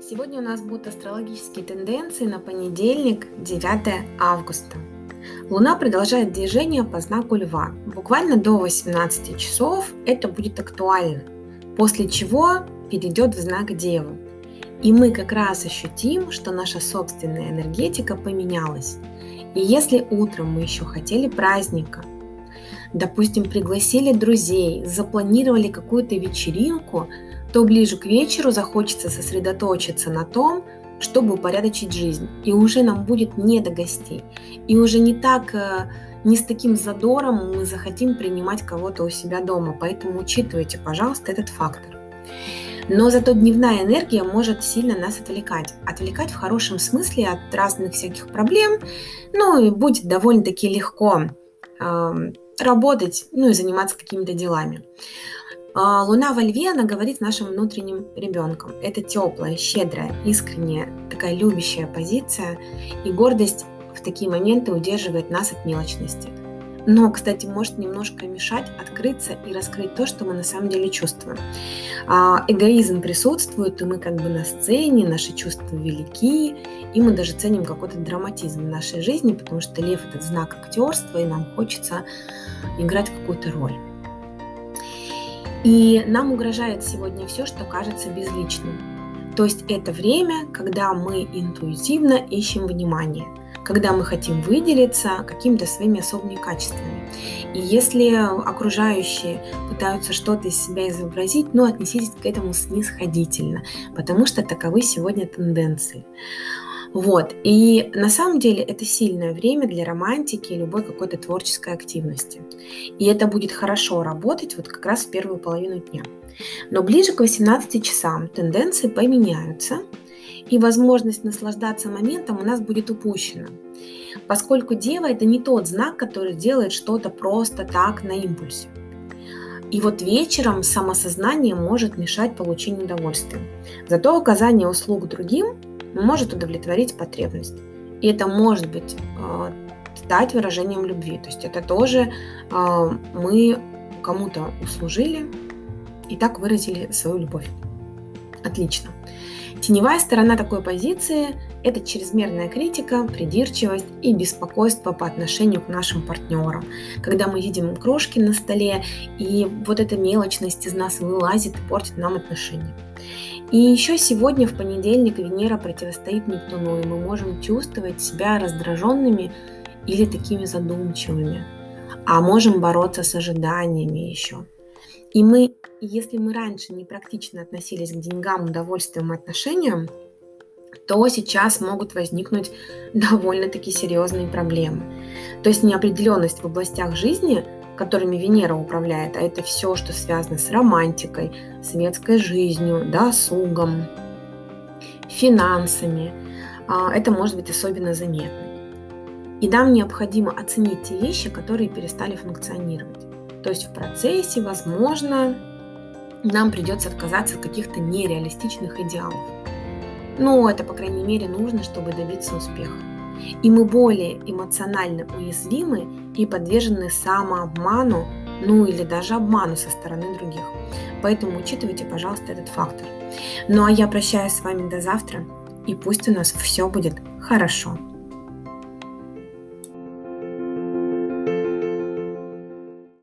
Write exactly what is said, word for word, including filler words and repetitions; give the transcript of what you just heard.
Сегодня у нас будут астрологические тенденции на понедельник, девятое августа. Луна продолжает движение по знаку Льва. Буквально до восемнадцати часов это будет актуально, после чего перейдет в знак Девы. И мы как раз ощутим, что наша собственная энергетика поменялась. И если утром мы еще хотели праздника, допустим, пригласили друзей, запланировали какую-то вечеринку, то ближе к вечеру захочется сосредоточиться на том, чтобы упорядочить жизнь. И уже нам будет не до гостей. И уже не так, не с таким задором мы захотим принимать кого-то у себя дома. Поэтому учитывайте, пожалуйста, этот фактор. Но зато дневная энергия может сильно нас отвлекать. Отвлекать в хорошем смысле от разных всяких проблем. Ну и будет довольно-таки легко э, работать, ну и заниматься какими-то делами. Луна во Льве, она говорит с нашим внутренним ребенком. Это теплая, щедрая, искренняя, такая любящая позиция. И гордость в такие моменты удерживает нас от мелочности. Но, кстати, может немножко мешать открыться и раскрыть то, что мы на самом деле чувствуем. Эгоизм присутствует, и мы как бы на сцене, наши чувства велики, и мы даже ценим какой-то драматизм в нашей жизни, потому что Лев – это знак актерства, и нам хочется играть какую-то роль. И нам угрожает сегодня все, что кажется безличным. То есть это время, когда мы интуитивно ищем внимание, когда мы хотим выделиться какими-то своими особыми качествами. И если окружающие пытаются что-то из себя изобразить, ну, отнеситесь к этому снисходительно, потому что таковы сегодня тенденции. Вот. И на самом деле это сильное время для романтики и любой какой-то творческой активности. И это будет хорошо работать вот как раз в первую половину дня. Но ближе к восемнадцати часам тенденции поменяются, и возможность наслаждаться моментом у нас будет упущена. Поскольку Дева – это не тот знак, который делает что-то просто так на импульсе. И вот вечером самосознание может мешать получению удовольствия. Зато оказание услуг другим может удовлетворить потребность. И это может быть э, стать выражением любви. То есть это тоже э, мы кому-то услужили и так выразили свою любовь. Отлично. Теневая сторона такой позиции – это чрезмерная критика, придирчивость и беспокойство по отношению к нашим партнерам. Когда мы видим крошки на столе, и вот эта мелочность из нас вылазит и портит нам отношения. И еще сегодня, в понедельник, Венера противостоит Нептуну, и мы можем чувствовать себя раздраженными или такими задумчивыми, а можем бороться с ожиданиями еще. И мы, если мы раньше не практично относились к деньгам, удовольствиям и отношениям, то сейчас могут возникнуть довольно-таки серьезные проблемы. То есть неопределенность в областях жизни, которыми Венера управляет, а это все, что связано с романтикой, светской жизнью, досугом, финансами, это может быть особенно заметно. И нам необходимо оценить те вещи, которые перестали функционировать. То есть в процессе, возможно, нам придется отказаться от каких-то нереалистичных идеалов. Но это, по крайней мере, нужно, чтобы добиться успеха. И мы более эмоционально уязвимы и подвержены самообману, ну или даже обману со стороны других. Поэтому учитывайте, пожалуйста, этот фактор. Ну а я прощаюсь с вами до завтра, и пусть у нас все будет хорошо.